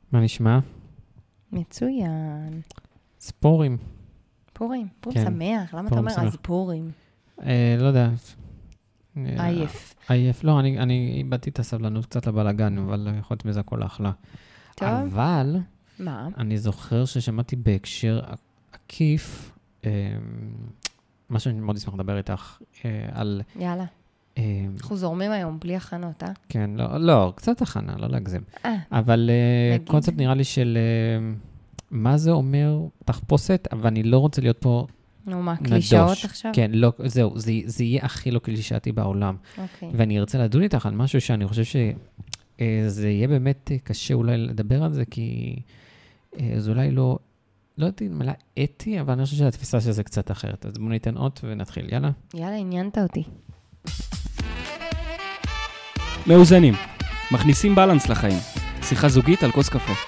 מה נשמע? מצוין. ספורים. פורים, פורים כן. שמח. למה אתה פורים אומר שמח. אז פורים? לא יודע. עייף. עייף. לא, אני איבדתי את הסבלנות קצת לבלגן, אבל יכול להיות מזה הכל אחלה. טוב. אבל מה? אני זוכר ששמעתי בהקשר עקיף, מה שאני מאוד אשמח לדבר איתך, על... יאללה. אנחנו זורמים היום בלי הכנות, אה? כן, לא, קצת הכנה, לא להגזים. אבל נגיד. קונספט נראה לי של מה זה אומר תחפושת, אבל אני לא רוצה להיות פה נו, מה, נדוש. קלישאות עכשיו? כן, לא, זהו, זה יהיה הכי לא קלישאתי בעולם. אוקיי. ואני ארצה לדון איתך על משהו שאני חושב שזה יהיה באמת קשה אולי לדבר על זה, כי זה אולי לא יודעת אם מילה אתי, אבל אני חושב שהתפיסה של זה קצת אחרת. אז בואו ניתן אות ונתחיל, יאללה. יאללה, עניינת אותי. מאוזנים, מכניסים בלנס לחיים. שיחה זוגית על כוס קפה.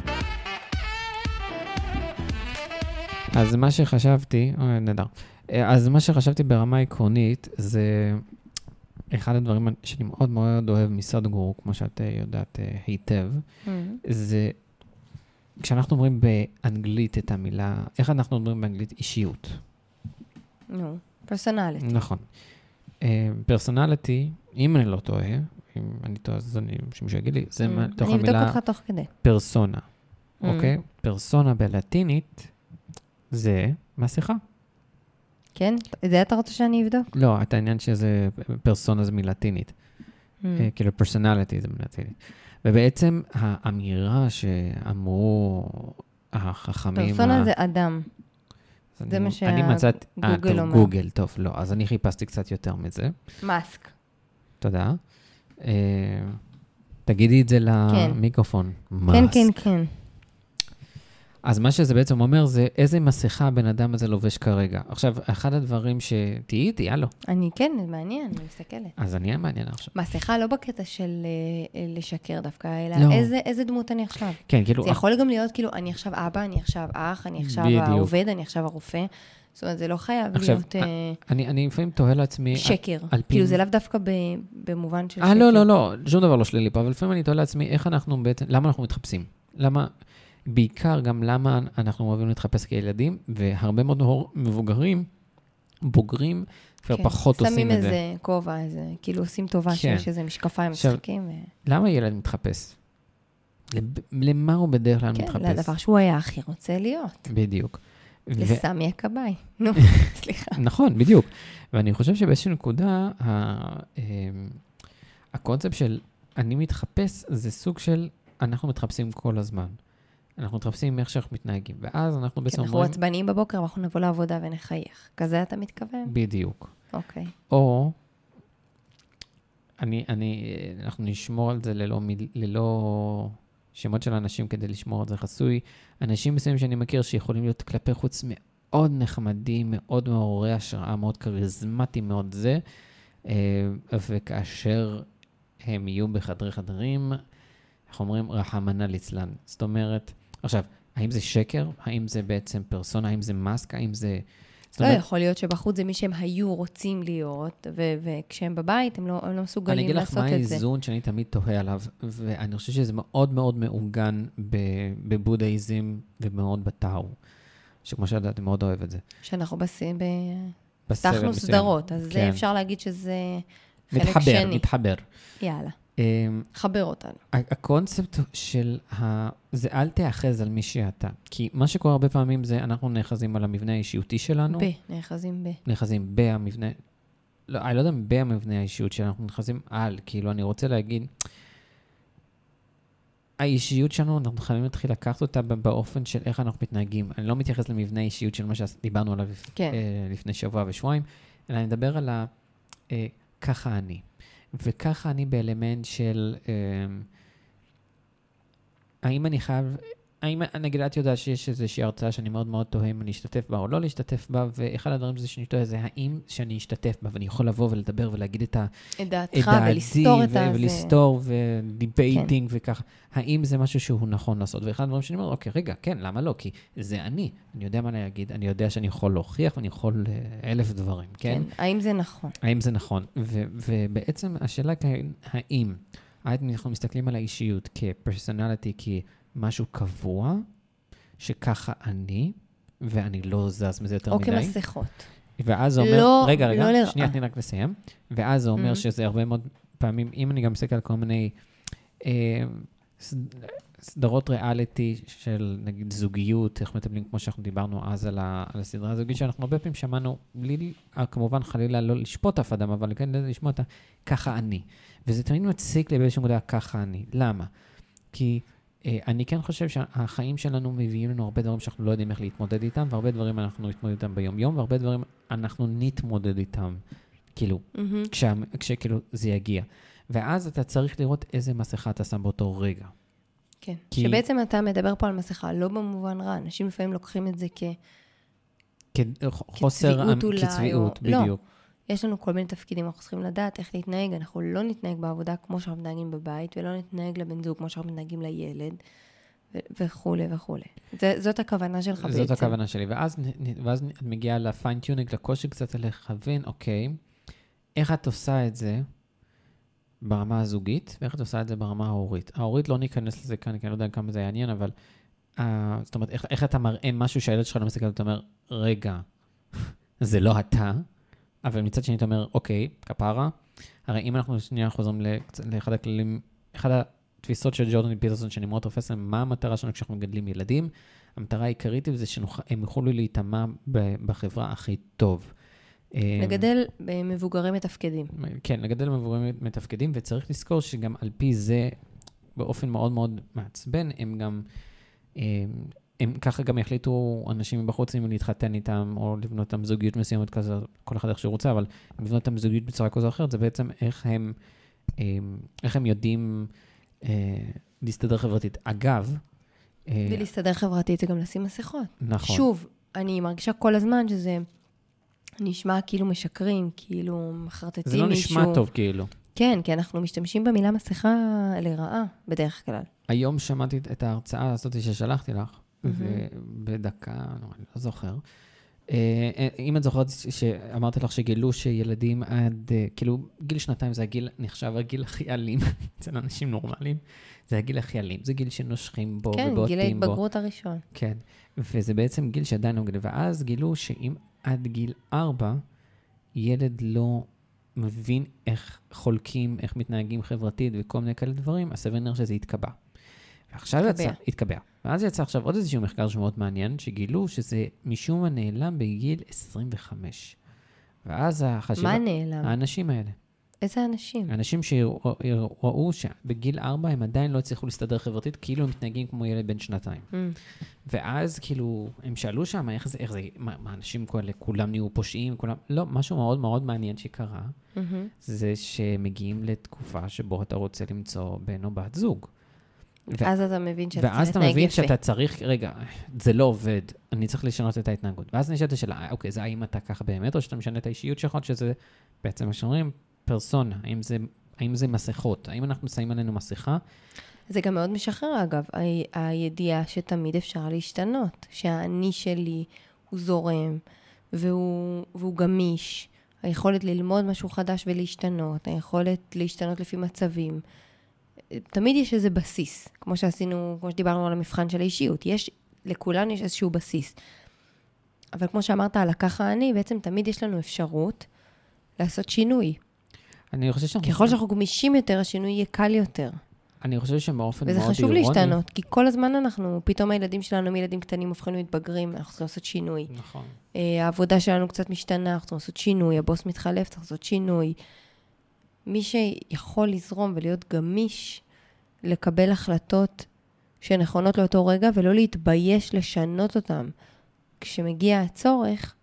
אז מה שחשבתי, נהדר. אז מה שחשבתי ברמה עקרונית, זה אחד הדברים שאני מאוד מאוד אוהב מסדגורו, כמו שאת יודעת היטב, זה כשאנחנו אומרים באנגלית את המילה, איך אנחנו אומרים באנגלית אישיות? נו, פרסונליטי. נכון. פרסונליטי, אם אני לא טועה, אם אני טועה, אז שמישהו יגיד לי, זה תוך אני אבדוק המילה אותך תוך כדי. פרסונה. אוקיי? פרסונה בלטינית זה מסכה. כן? זה אתה רוצה שאני אבדוק? לא, את העניין שזה פרסונה זה מלטינית. כאילו פרסונליטי זה מלטינית. ובעצם האמירה שאמרו החכמים... פרסונה זה אדם. זה מה אני מצאת... שהגוגל אומר. גוגל, טוב, לא. אז אני חיפשתי קצת יותר מזה. מאסק. תודה. תגידי את זה למיקרופון. כן, כן, כן. אז מה שזה בעצם אומר זה איזה מסכה הבן אדם הזה לובש כרגע. עכשיו, אחד הדברים שתהיי איתי, יאללה. אני כן, מעניין, אני מסתכלת. אז אני אהיה מעניין עכשיו. מסכה לא בקטע של לשקר דווקא, אלא לא. איזה דמות אני עכשיו. כן, כאילו... זה יכול גם להיות כאילו, אני עכשיו אבא, אני עכשיו אח, אני עכשיו בדיוק. העובד, אני עכשיו הרופא. זאת אומרת, זה לא חייב עכשיו, להיות אני לפעמים תוהה לעצמי... שקר. כאילו, זה לאו דווקא במובן של שקר. שקר. לא, שום דבר לא שלילי פה, אבל לפעמים אני תוהה לעצמי איך אנחנו בעצם, למה אנחנו מתחפשים? למה, בעיקר גם למה אנחנו אוהבים להתחפש כילדים, והרבה מאוד מבוגרים, בוגרים, כבר פחות עושים את זה. שמים איזה כובע, כאילו עושים טובה שיש איזה משקפיים משחקים. למה ילד מתחפש? למה הוא בדרך כלל מתחפש? כן, לדבר שהוא היה הכי רוצה להיות. בדיוק. לסמי הכבאי. נו, סליחה. נכון, בדיוק. ואני חושב שבאיזושהי נקודה, הקונספט של אני מתחפש, זה סוג של אנחנו מתחפשים כל הזמן. אנחנו מתחפשים איך שאנחנו מתנהגים. ואז אנחנו בעצם אנחנו עצבניים בבוקר, ואנחנו נבוא לעבודה ונחייך. כזה אתה מתכוון? בדיוק. אוקיי. או, אנחנו נשמור על זה ללא שמות של אנשים כדי לשמור על זה חסוי. אנשים מסוימים שאני מכיר שיכולים להיות כלפי חוץ מאוד נחמדים, מאוד מעוררי השראה, מאוד כריזמטיים, מאוד זה. וכאשר הם יהיו בחדרי חדרים, אנחנו אומרים רחמנא ליצלן. זאת אומרת, עכשיו, האם זה שקר? האם זה בעצם פרסונה? האם זה מסק? האם זה... לא, יכול להיות שבחוץ זה מי שהם היו רוצים להיות, וכשהם בבית הם לא מסוגלים לעשות את זה. אני אגיד לך מה האיזון שאני תמיד תוהה עליו, ואני חושב שזה מאוד מאוד מעוגן בבודהיזם ומאוד בטאו, שכמו שאתה מאוד אוהב את זה. שאנחנו פתחנו סדרות, אז זה אפשר להגיד שזה חלק שני. מתחבר. יאללה. חבר אותנו. הקונספט של זה אל תאחז על מי שאתה. כי מה שקורה הרבה פעמים זה אנחנו נאחזים על המבנה האישיותי שלנו. נאחזים במבנה, לא, אני לא יודע במבנה האישיות שלנו, אנחנו נאחזים על, כאילו אני רוצה להגיד, האישיות שלנו, אנחנו חייבים להתחיל לקחת אותה באופן של איך אנחנו מתנהגים. אני לא מתייחס למבנה האישיות של מה שדיברנו עליו לפני שבוע ושבועיים, אלא אני מדבר על ככה אני. וככה אני באלמנט של, האם אני חייב, נגיד את יודעת שיש איזושהי הרצאה שאני מאוד מאוד תוהה אם אני אשתתף בה או לא להשתתף בה, ואחד הדברים זה שאני תוהה זה האם שאני אשתתף בה, ואני יכול לבוא ולדבר ולהגיד את דעתך ולסתור את זה. ולסתור ודיבייטינג וככה. האם זה משהו שהוא נכון לעשות? ואחד הדברים שאני אומר, אוקיי, רגע, כן, למה לא? כי זה אני יודע מה להגיד, אני יודע שאני יכול להוכיח, ואני יכול 1000 דברים, כן? האם זה נכון? האם זה נכון? ובעצם השאלה האם אנחנו מסתכלים על האישיות כפרסונליטי, כמשהו קבוע, שככה אני, ואני לא זז מזה יותר מדי. או כמסכות. ואז זה אומר, לא, רגע, לא לרעה. שנייה, תני רק לסיים. ואז זה אומר שזה הרבה מאוד פעמים, אם אני גם מסתכל על כל מיני סדרות ריאליטי של נגיד זוגיות, איך מטפלים, כמו שאנחנו דיברנו אז על הסדרה הזוגית, שאנחנו הרבה פעמים שמענו, בלי כמובן חלילה לא לשפוט אף אדם, אבל כן לשמוע אותה, ככה אני. וזה תמיד מציק לי באיזשהו מודע, ככה אני. למה? כי אני כן חושב שהחיים שלנו מביאים לנו הרבה דברים שאנחנו לא יודעים איך להתמודד איתם, והרבה דברים אנחנו נתמודד איתם ביום-יום, והרבה דברים אנחנו נתמודד איתם, כאילו, כשכאילו זה יגיע. ואז אתה צריך לראות איזה מסכה אתה שם באותו רגע. כן, שבעצם אתה מדבר פה על מסכה, לא במובן רע, אנשים לפעמים לוקחים את זה חוסר, כצביעות, בדיוק. לא, יש לנו כל מיני תפקידים, אנחנו צריכים לדעת איך להתנהג, אנחנו לא נתנהג בעבודה כמו שאנחנו מתנהגים בבית, ולא נתנהג לבן זוג כמו שאנחנו מתנהגים לילד, וכו' וכו'. זאת הכוונה שלך בעצם. זאת הכוונה שלי, ואז את מגיעה לפיינטיונינג, לקושי קצת לכוון, אוקיי, איך את עושה את זה ברמה הזוגית, ואיך את עושה את זה ברמה ההורית. ההורית לא ניכנס לזה כאן, כי אני לא יודע כמה זה יעניין, אבל זאת אומרת, איך אתה מראה משהו שהילד שלך לא מסתכל, אתה אומר, רגע, זה לא אתה, אבל מצד שני אתה אומר, אוקיי, כפרה, הרי אם אנחנו שנייה חוזרים לאחד הכללים, אחד התפיסות של ג'ורדן פיטרסון, שאני מאוד תופס, מה המטרה שלנו כשאנחנו מגדלים ילדים? המטרה העיקרית זה שהם יוכלו להיטמע בחברה הכי טוב. לגדל מבוגרים מתפקדים. כן, לגדל מבוגרים מתפקדים, וצריך לזכור שגם על פי זה, באופן מאוד מאוד מעצבן, הם גם, הם ככה גם יחליטו אנשים מבחוץ אם להתחתן איתם, או לבנות אותם זוגיות מסוימת כזה, כל אחד איך שהוא רוצה, אבל לבנות אותם זוגיות בצורה כזו או אחרת, זה בעצם איך הם יודעים להסתדר חברתית. אגב, ולהסתדר חברתית זה גם לשים מסכות. נכון. שוב, אני מרגישה כל הזמן שזה נשמע כאילו משקרים, כאילו מחרטטים מישהו. זה לא נשמע טוב כאילו. כן, כי אנחנו משתמשים במילה מסכה לרעה בדרך כלל. היום שמעתי את ההרצאה הזאת ששלחתי לך, ובדקה, אני לא זוכר. אם את זוכרת שאמרתי לך שגילו שילדים עד, כאילו גיל 2 זה הגיל, נחשב הגיל הכי אלים, אצל אנשים נורמליים, זה הגיל הכי אלים, זה גיל שנושכים בו ובוטים בו. כן, גיל ההתבגרות הראשון. כן, וזה בעצם גיל שעדיין לא גדל, ואז גילו שאם עד גיל 4, ילד לא מבין איך חולקים, איך מתנהגים חברתית וכל מיני כאלה דברים, הסביר נראה שזה יתקבע. ועכשיו יתקבע. ואז יצא עכשיו עוד איזשהו מחקר שמאוד מעניין, שגילו שזה משום מה נעלם בגיל 25. ואז החשיבה... מה נעלם? האנשים האלה. איזה אנשים? האנשים שראו שבגיל 4 הם עדיין לא הצליחו להסתדר חברתית, כאילו הם מתנהגים כמו ילד בן 2. ואז כאילו, הם שאלו שם, איך זה, מה אנשים כאלה, כולם נהיו פושעים, כולם... לא, משהו מאוד מאוד מעניין שקרה, זה שמגיעים לתקופה שבו אתה רוצה למצוא בן או בת זוג. ואז אתה מבין שאתה צריך להתנהג יפה. ואז אתה מבין שאתה צריך, רגע, זה לא עובד, אני צריך לשנות את ההתנהגות. ואז נשאלת השאלה, אוקיי, זה האם אתה ככה באמת, או שאתה משנה את האישיות שלך, שזה בעצם מה שאומרים, פרסונה, האם זה מסכות, האם אנחנו שמים עלינו מסכה? זה גם מאוד משחרר, אגב, הידיעה שתמיד אפשר להשתנות, שהאני שלי הוא זורם, והוא גמיש, היכולת ללמוד משהו חדש ולהשתנות, היכולת להשתנות לפי מצבים, תמיד יש איזה בסיס, כמו שדיברנו על המבחן של האישיות, לכולנו יש איזשהו בסיס. אבל כמו שאמרת על הככה אני, בעצם תמיד יש לנו אפשרות לעשות שינוי. אני חושב ככל שאנחנו גמישים יותר, השינוי יהיה קל יותר. אני חושב שבאופן מאוד אירוני. וזה חשוב להשתנות, כי כל הזמן פתאום הילדים שלנו מילדים קטנים הופכים להתבגרים, אנחנו צריכים לעשות שינוי. נכון. העבודה שלנו קצת משתנה, אנחנו צריכים לעשות שינוי, הבוס מתחלף, צריך לעשות שינוי. מי שיכול לזרום ולהיות גמיש, לקבל החלטות שנכונות לאותו רגע, ולא להתבייש לשנות אותם. כשמגיע הצורך,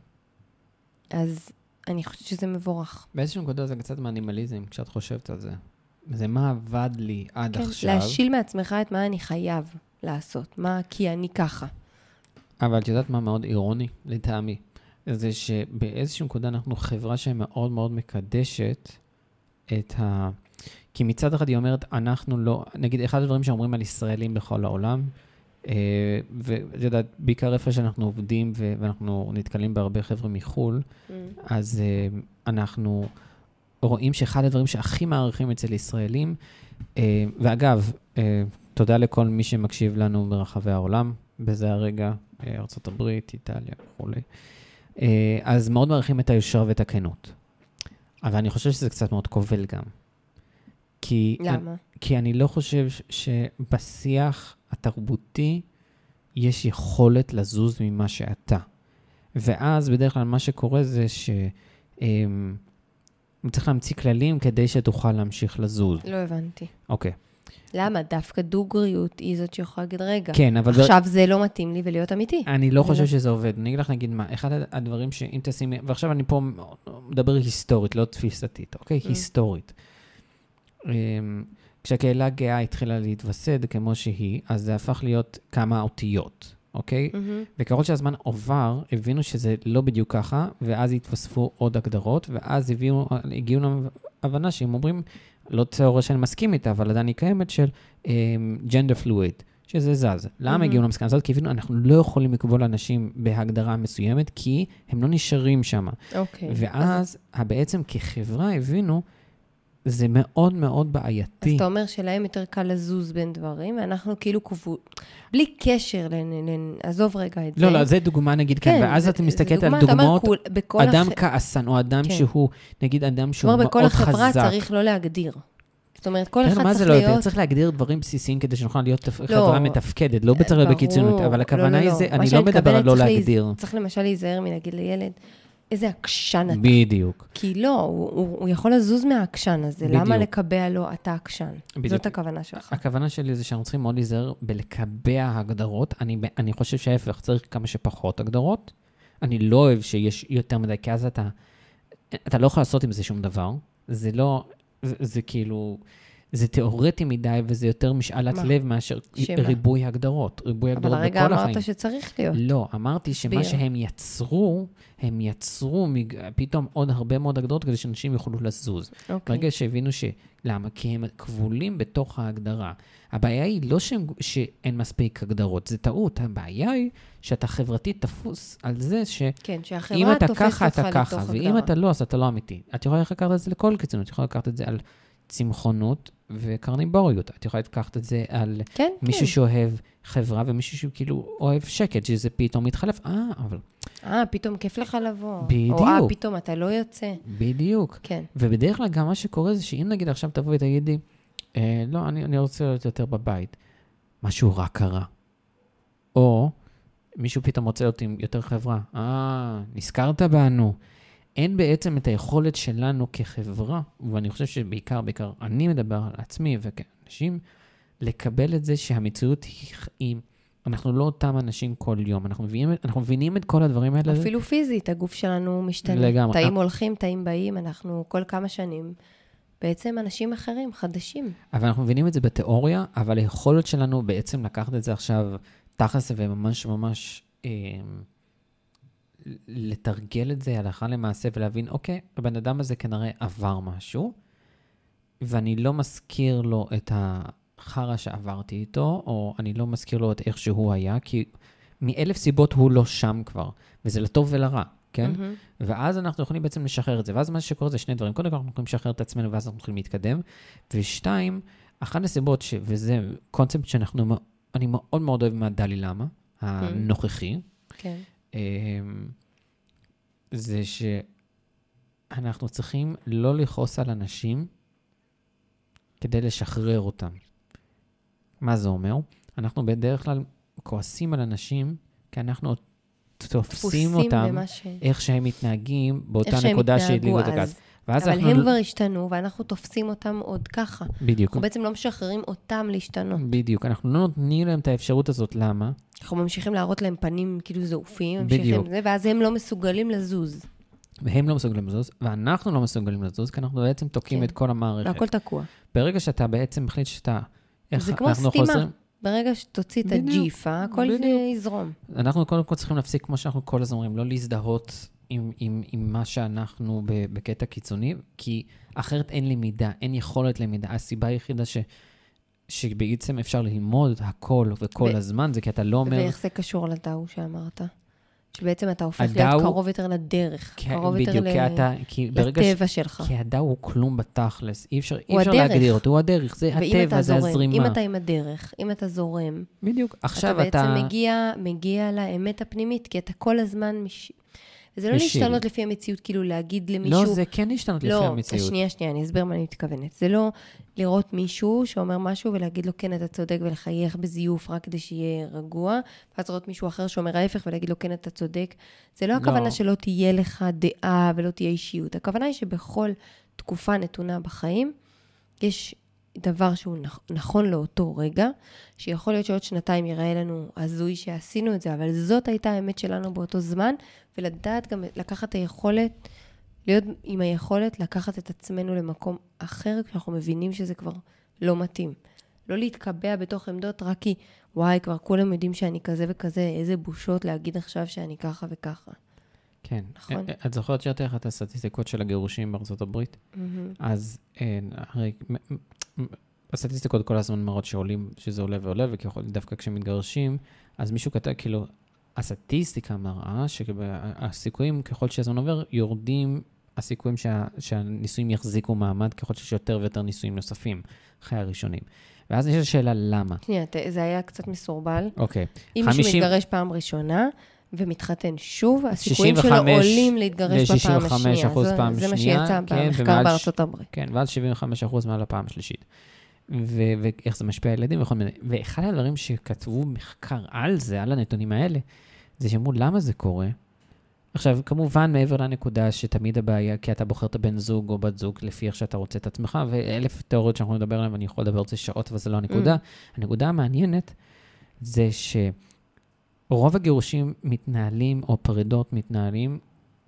אז אני חושבת שזה מבורך. באיזשהו נקודה זה קצת מאנימליזם, כשאת חושבת על זה. זה מה עבד לי עד כן, עכשיו. להשיל מעצמך את מה אני חייב לעשות, מה כי אני ככה. אבל את יודעת מה מאוד אירוני לטעמי? זה שבאיזשהו נקודה אנחנו חברה שמאוד מאוד מקדשת את כי מצד אחד היא אומרת, אנחנו לא, נגיד, אחד הדברים שאומרים על ישראלים בכל העולם, ואת יודעת, בעיקר איפה שאנחנו עובדים, ואנחנו נתקלים בהרבה חבר'ה מחול, אז אנחנו רואים שאחד הדברים שהכי מעריכים אצל ישראלים, ואגב, תודה לכל מי שמקשיב לנו ברחבי העולם, בזה הרגע, ארצות הברית, איטליה וכו'. אז מאוד מעריכים את היושר ואת הכנות. אבל אני חושב שזה קצת מאוד כובל גם. למה? כי אני לא חושב שבשיח התרבותי יש יכולת לזוז ממה שאתה. ואז בדרך כלל מה שקורה זה צריך להמציא כללים כדי שתוכל להמשיך לזוז. לא הבנתי. אוקיי. למה? דווקא דוגריות היא זאת שיכולה להגיד, רגע, כן, אבל עכשיו זה לא מתאים לי ולהיות אמיתי. אני לא חושב שזה עובד. אני אגיד לך נגיד מה, אחד הדברים שאם תשימי, ועכשיו אני פה מדבר היסטורית, לא תפיסתית, אוקיי? היסטורית. כשהקהילה הגאה התחילה להתווסד כמו שהיא, אז זה הפך להיות כמה אותיות, אוקיי? וככל שהזמן עובר, הבינו שזה לא בדיוק ככה, ואז התווספו עוד הגדרות, ואז הגיעו להבנה שהם אומרים, לא תיאוריה שאני מסכים איתה, אבל עדיין היא קיימת של gender fluid, שזה זז. למה הגיעו למסקנה הזאת? כי הבינו, אנחנו לא יכולים לקבול אנשים בהגדרה מסוימת, כי הם לא נשארים שם. אוקיי. ואז בעצם כחברה הבינו, זה מאוד מאוד בעייתי. אז אתה אומר שלהם יותר קל לזוז בין דברים, ואנחנו כאילו בלי קשר, עזוב רגע את זה. לא, זה דוגמה נגיד כאן, ואז אתה מסתכלת על דוגמאות, אדם כעסן, או אדם שהוא, נגיד אדם שהוא מאוד חזק. בכל החברה צריך לא להגדיר. זאת אומרת, כל אחד צריך להיות... צריך להגדיר דברים בסיסיים כדי שנוכל להיות חברה מתפקדת, לא בצריך בקיצוניות, אבל הכוונה היא זה, אני לא מדבר על לא להגדיר. צריך למשל להיזהר מלהגיד לילד, איזה עקשן אתה. בדיוק. כי לא, הוא יכול לזוז מהעקשן הזה. למה לקבע לו אתה עקשן? זאת הכוונה שלך. הכוונה שלי זה שאנחנו צריכים מאוד להיזהר בלקבע הגדרות. אני חושב שההפך, צריך כמה שפחות הגדרות. אני לא אוהב שיש יותר מדי, כי אז אתה לא יכול לעשות עם זה שום דבר. זה לא, זה כאילו, זה תיאורטי מדי, וזה יותר משאלת לב מאשר ריבוי הגדרות. ריבוי הגדרות בכל החיים. אבל הרגע אמרת שצריך להיות. לא, אמרתי שמה שהם יצרו, הם יצרו פתאום עוד הרבה מאוד הגדרות, כדי שאנשים יוכלו לזוז. ברגע שהבינו למה? כי הם כבולים בתוך ההגדרה. הבעיה היא לא שאין מספיק הגדרות, זה טעות. הבעיה היא שאתה חברתית תפוס על זה שאם אתה ככה, אתה ככה, ואם אתה לא, אז אתה לא אמיתי. את יכולה לקחת את זה לכל קיצונות, את יכולה לקחת את זה על צמחונות וקרניבוריות. את יכולה לקחת את זה על מישהו שאוהב חברה, ומישהו שכאילו אוהב שקט, שזה פתאום מתחלף. אבל... פתאום כיף לך לבוא. בדיוק. או פתאום אתה לא יוצא. בדיוק. כן. ובדרך כלל גם מה שקורה זה שאם נגיד עכשיו תבוא ותגידי, לא, אני רוצה להיות יותר בבית. משהו רע קרה. או מישהו פתאום רוצה להיות עם יותר חברה. נזכרת בנו. אין בעצם את היכולת שלנו כחברה, ואני חושב שבעיקר אני מדבר על עצמי וכאנשים, לקבל את זה שהמציאות היא, אנחנו לא אותם אנשים כל יום, אנחנו מבינים את כל הדברים האלה. אפילו פיזית, הגוף שלנו משתנה. לגמרי. תאים הולכים, תאים באים, אנחנו כל כמה שנים, בעצם אנשים אחרים, חדשים. אבל אנחנו מבינים את זה בתיאוריה, אבל היכולת שלנו בעצם לקחת את זה עכשיו תכלס וממש ממש לתרגל את זה הלכה למעשה ולהבין, אוקיי, הבן אדם הזה כנראה עבר משהו, ואני לא מזכיר לו את החרא שעברתי איתו, או אני לא מזכיר לו את איך שהוא היה, כי מאלף סיבות הוא לא שם כבר, וזה לטוב ולרע, כן? ואז אנחנו יכולים בעצם לשחרר את זה, ואז מה שקורה זה שני דברים, קודם כל אנחנו יכולים לשחרר את עצמנו, ואז אנחנו יכולים להתקדם, ושתיים, אחת הסיבות, וזה קונספט אני מאוד מאוד אוהב מהדלי למה, הנוכחי, כן. זה שאנחנו צריכים לא לכעוס על אנשים כדי לשחרר אותם. מה זה אומר? אנחנו בדרך כלל כועסים על אנשים כי אנחנו תופסים אותם איך שהם מתנהגים באותה נקודה שהדליקו את הגז. אבל הם כבר השתנו ואנחנו תופסים אותם עוד ככה. בדיוק. אנחנו בעצם לא משחררים אותם להשתנות. בדיוק. אנחנו לא נותנים להם את האפשרות הזאת. למה? אנחנו ממשיכים להראות להם פנים כאילו זעופים, בדיוק. ואז הם לא מסוגלים לזוז. והם לא מסוגלים לזוז, ואנחנו לא מסוגלים לזוז, כי אנחנו בעצם תוקעים את כל המערכת. והכל תקוע. ברגע שאתה בעצם מחליט שאתה... זה כמו סתימה. ברגע שתוציא את הג'יפה, הכל יזרום. אנחנו קודם כל צריכים להפסיק, כמו שאנחנו כל הזמן אומרים, לא להזדהות עם מה שאנחנו בקטע קיצוני, כי אחרת אין למידה, אין יכולת למידה. הסיבה היחידה שבעצם אפשר ללמוד הכל וכל הזמן, זה כי אתה לא אומר... ואיך זה קשור לדאו שאמרת? שבעצם אתה הופך להיות קרוב יותר לדרך, קרוב יותר לטבע שלך. כי הדאו הוא כלום בתכלס, אי אפשר להגדיר אותו, הוא הדרך, זה הטבע, זה הזרימה. אם אתה עם הדרך, אם אתה זורם, בדיוק, עכשיו אתה בעצם מגיע לאמת הפנימית, כי אתה כל הזמן זה לא להשתנות לפי המציאות, כאילו להגיד למישהו... לא, זה כן להשתנות לפי המציאות. לא, שנייה, אני אסביר מה אני מתכוונת. זה לא לראות מישהו שאומר משהו ולהגיד לו, כן, אתה צודק, ולחייך בזיוף רק כדי שיהיה רגוע, ואז לראות מישהו אחר שאומר ההפך ולהגיד לו, כן, אתה צודק. זה לא הכוונה שלא תהיה לך דעה ולא תהיה אישיות. הכוונה היא שבכל תקופה נתונה בחיים, יש דבר שהוא נכון לאותו רגע, שיכול להיות שעוד שנתיים ייראה לנו הזוי שעשינו את זה, אבל זאת הייתה האמת שלנו באותו זמן, ולדעת גם לקחת היכולת, להיות עם היכולת לקחת את עצמנו למקום אחר, כשאנחנו מבינים שזה כבר לא מתאים. לא להתקבע בתוך עמדות רק כי, וואי, כבר כולם יודעים שאני כזה וכזה, איזה בושות להגיד עכשיו שאני ככה וככה. כן. נכון? את זוכרת שיותר אחת הסטטיסטיקות של הגירושים בארצות הברית? אז הרי הסטטיסטיקות כל הזמן מראות שעולים, שזה עולה ועולה, ודווקא כשמתגרשים, אז מישהו כתב, כאילו, הסטטיסטיקה מראה שהסיכויים ככל שהזמן עובר, יורדים הסיכויים שהניסויים יחזיקו מעמד, ככל שיש יותר ויותר ניסויים נוספים, אחרי הראשונים. ואז יש השאלה למה. שנייה, זה היה קצת מסורבל. אוקיי. אם מישהו מתגרש פעם ראשונה, ומתחתן שוב, הסיכויים שלו עולים להתגרש בפעם השנייה. זה מה שיצא במחקר בארצות הברית. כן, ואז 75% מעל הפעם השלישית. ואיך זה משפיע על ילדים וכל מיני. ואחד הדברים שכתבו מחקר על זה, על הנתונים האלה, זה שאמרו למה זה קורה. עכשיו, כמובן, מעבר לנקודה שתמיד הבעיה, כי אתה בוחר את הבן זוג או בת זוג לפי איך שאתה רוצה את עצמך, ואלף תיאוריות שאנחנו נדבר עליהן, ואני יכול לדבר על זה שעות, וזה לא הנקודה. הנקודה המעניינת זה שרוב הגירושים מתנהלים, או פרידות מתנהלים,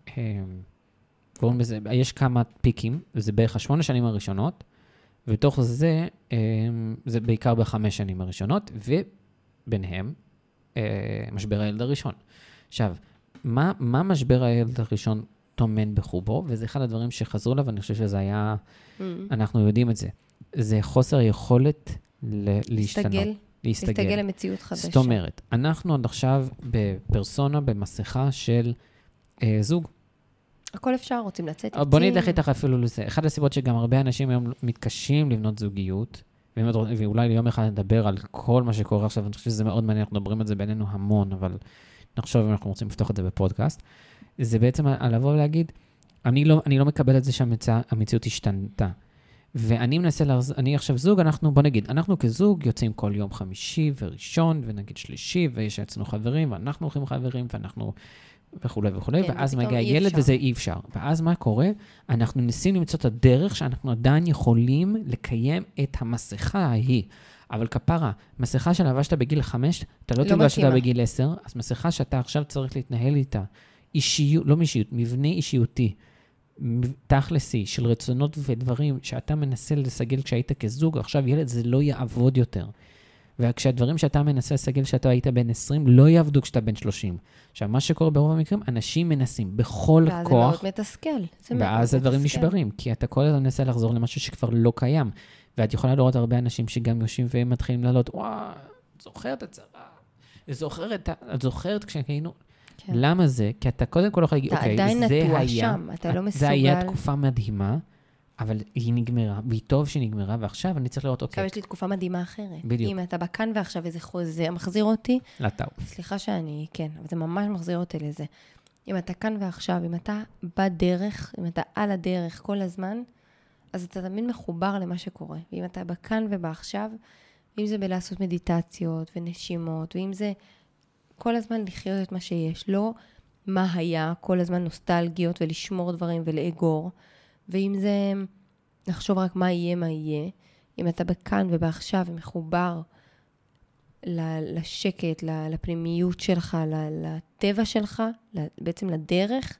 קוראים בזה, יש כמה פיקים, זה בערך 8 שנים הראשונות, ובתוך זה, זה בעיקר ב5 שנים הראשונות, וביניהם, משבר הילד הראשון. עכשיו, מה משבר הילד הראשון תומן בחובו? וזה אחד הדברים שחזרו לה, ואני חושב שזה היה, אנחנו יודעים את זה. זה חוסר יכולת להשתנות. להסתגל למציאות חדשה. זאת אומרת, אנחנו עד עכשיו בפרסונה, במסכה של זוג. הכל אפשר, רוצים לצאת. בוא נדח איתך אפילו לזה. אחד הסיבות שגם הרבה אנשים היום מתקשים לבנות זוגיות, ואולי ליום אחד נדבר על כל מה שקורה עכשיו, אני חושב שזה מאוד מעניין, אנחנו מדברים על זה בינינו המון, אבל נחשוב אם אנחנו רוצים לפתוח את זה בפודקאסט. זה בעצם על לבוא ולהגיד, אני לא מקבל את זה שהמציאות השתנתה. ואני מנסה אני עכשיו זוג, בוא נגיד, אנחנו כזוג יוצאים כל יום חמישי וראשון, ונגיד שלישי, ויש אצלנו חברים, ואנחנו הולכים חברים, ואנחנו וכו' וכו', ואז מגיע ילד וזה אי אפשר. ואז מה קורה? אנחנו ניסים למצוא את הדרך שאנחנו עדיין יכולים לקיים את המסכה ההיא. אבל כפרה, מסכה שלבשת בגיל 5, אתה לא תלבש אותה בגיל 10, אז מסכה שאתה עכשיו צריך להתנהל איתה, מבנה אישיותי, תכלסי של רצונות ודברים שאתה מנסה לסגל כשהיית כזוג, עכשיו ילד זה לא יעבוד יותר. וכשהדברים שאתה מנסה לסגל שאתה היית בן 20, לא יעבדו כשאתה בן 30. עכשיו, מה שקורה ברוב המקרים, אנשים מנסים בכל כוח. ואז זה מאוד מתסכל. ואז הדברים נשברים, כי אתה כל הזמן מנסה לחזור למשהו שכבר לא קיים. ואת יכולה לראות הרבה אנשים שגם יושבים והם מתחילים לעלות, וואו, זוכרת הצרה. את זוכרת כשהיינו... למה זה? כי אתה קודם כל לא יכול להגיד, אוקיי, זה היה... אתה עדיין נטוע שם, אתה לא מסוגל... זה היה תקופה מדהימה, אבל היא נגמרה, והיא טוב שהיא נגמרה, ועכשיו אני צריך לראות, אוקיי. עכשיו יש לי תקופה מדהימה אחרת. בדיוק. אם אתה בכאן ועכשיו איזה חוזה, מחזיר אותי... לטאו. סליחה שאני, כן, אבל זה ממש מחזיר אותי לזה. אם אתה כאן ועכשיו, אם אתה בדרך, אם אתה על הדרך כל הזמן, אז אתה תמיד מחובר למה שקורה. ואם אתה בכאן ובעכשיו, אם זה בלעשות מדיטציות ונשימות, ואם זה כל הזמן לחיות את מה שיש, לא מה היה, כל הזמן נוסטלגיות ולשמור דברים ולאגור, ואם זה לחשוב רק מה יהיה, אם אתה בכאן ובעכשיו ומחובר לשקט, לפנימיות שלך, לטבע שלך, בעצם לדרך,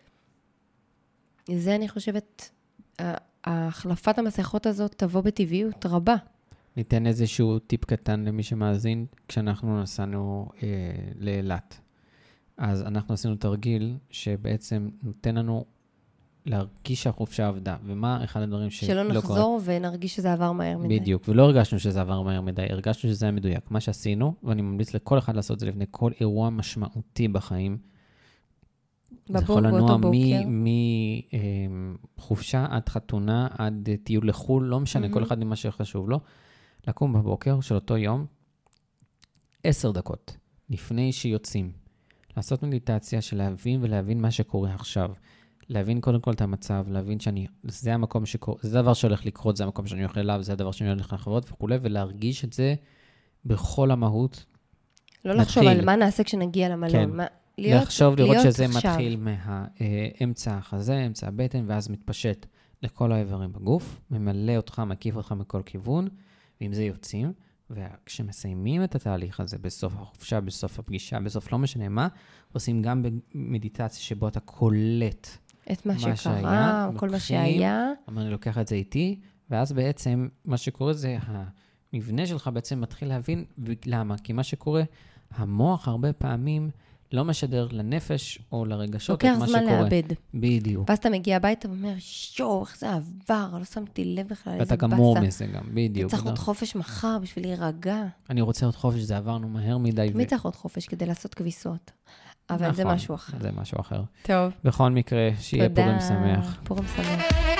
זה אני חושבת, החלפת המסכות הזאת תבוא בטבעיות רבה. ניתן איזשהו טיפ קטן למי שמאזין, כשאנחנו נסענו לאילת. אז אנחנו עשינו תרגיל שבעצם נותן לנו להרגיש שהחופשה עבדה. ומה אחד הדברים שלא נחזור ונרגיש שזה עבר מהר מדי. בדיוק, ולא הרגשנו שזה עבר מהר מדי, הרגשנו שזה היה מדויק. מה שעשינו, ואני ממליץ לכל אחד לעשות את זה לפני כל אירוע משמעותי בחיים, זה יכול באותו לנוע בוקר. מחופשה עד חתונה, עד טיול לחול, לא משנה, כל אחד ממה שחשוב לו. לקום בבוקר של אותו יום, 10 דקות, לפני שיוצאים. לעשות מדיטציה של להבין מה שקורה עכשיו. להבין קודם כל את המצב, להבין זה המקום שקורה, זה דבר שהולך לקרות, זה המקום שאני הולך אליו, זה הדבר שאני הולך לחברות וכו', ולהרגיש את זה בכל המהות. לא לחשוב על מה נעשה כשנגיע למלון. כן. לחשוב, לראות שזה מתחיל מהאמצע החזה, אמצע הבטן, ואז מתפשט לכל האיברים בגוף, ממלא אותך, מקיף אותך מכל כיוון, ועם זה יוצאים, וכשמסיימים את התהליך הזה, בסוף החופשה, בסוף הפגישה, בסוף לא משנה מה, עושים גם במדיטציה שבו אתה קולט את מה שקרה, או כל מה שהיה. אבל אני לוקח את זה איתי, ואז בעצם מה שקורה זה, המבנה שלך בעצם מתחיל להבין למה, כי מה שקורה, המוח הרבה פעמים לא משדר לנפש או לרגשות את מה שקורה. לוקח זמן לאבד. בדיוק. ואז אתה מגיע הביתה ואומר, שואו, איך זה עבר, לא שמתי לב בכלל, איזה ואתה בסה. גמור מזה גם, בדיוק. צריך עוד חופש מחר בשביל להירגע. אני רוצה עוד חופש, זה עברנו מהר מדי. מי צריך עוד חופש כדי לעשות כביסות? אבל זה משהו אחר. זה משהו אחר. טוב. בכל מקרה, שיהיה פורים שמח. פורים שמח.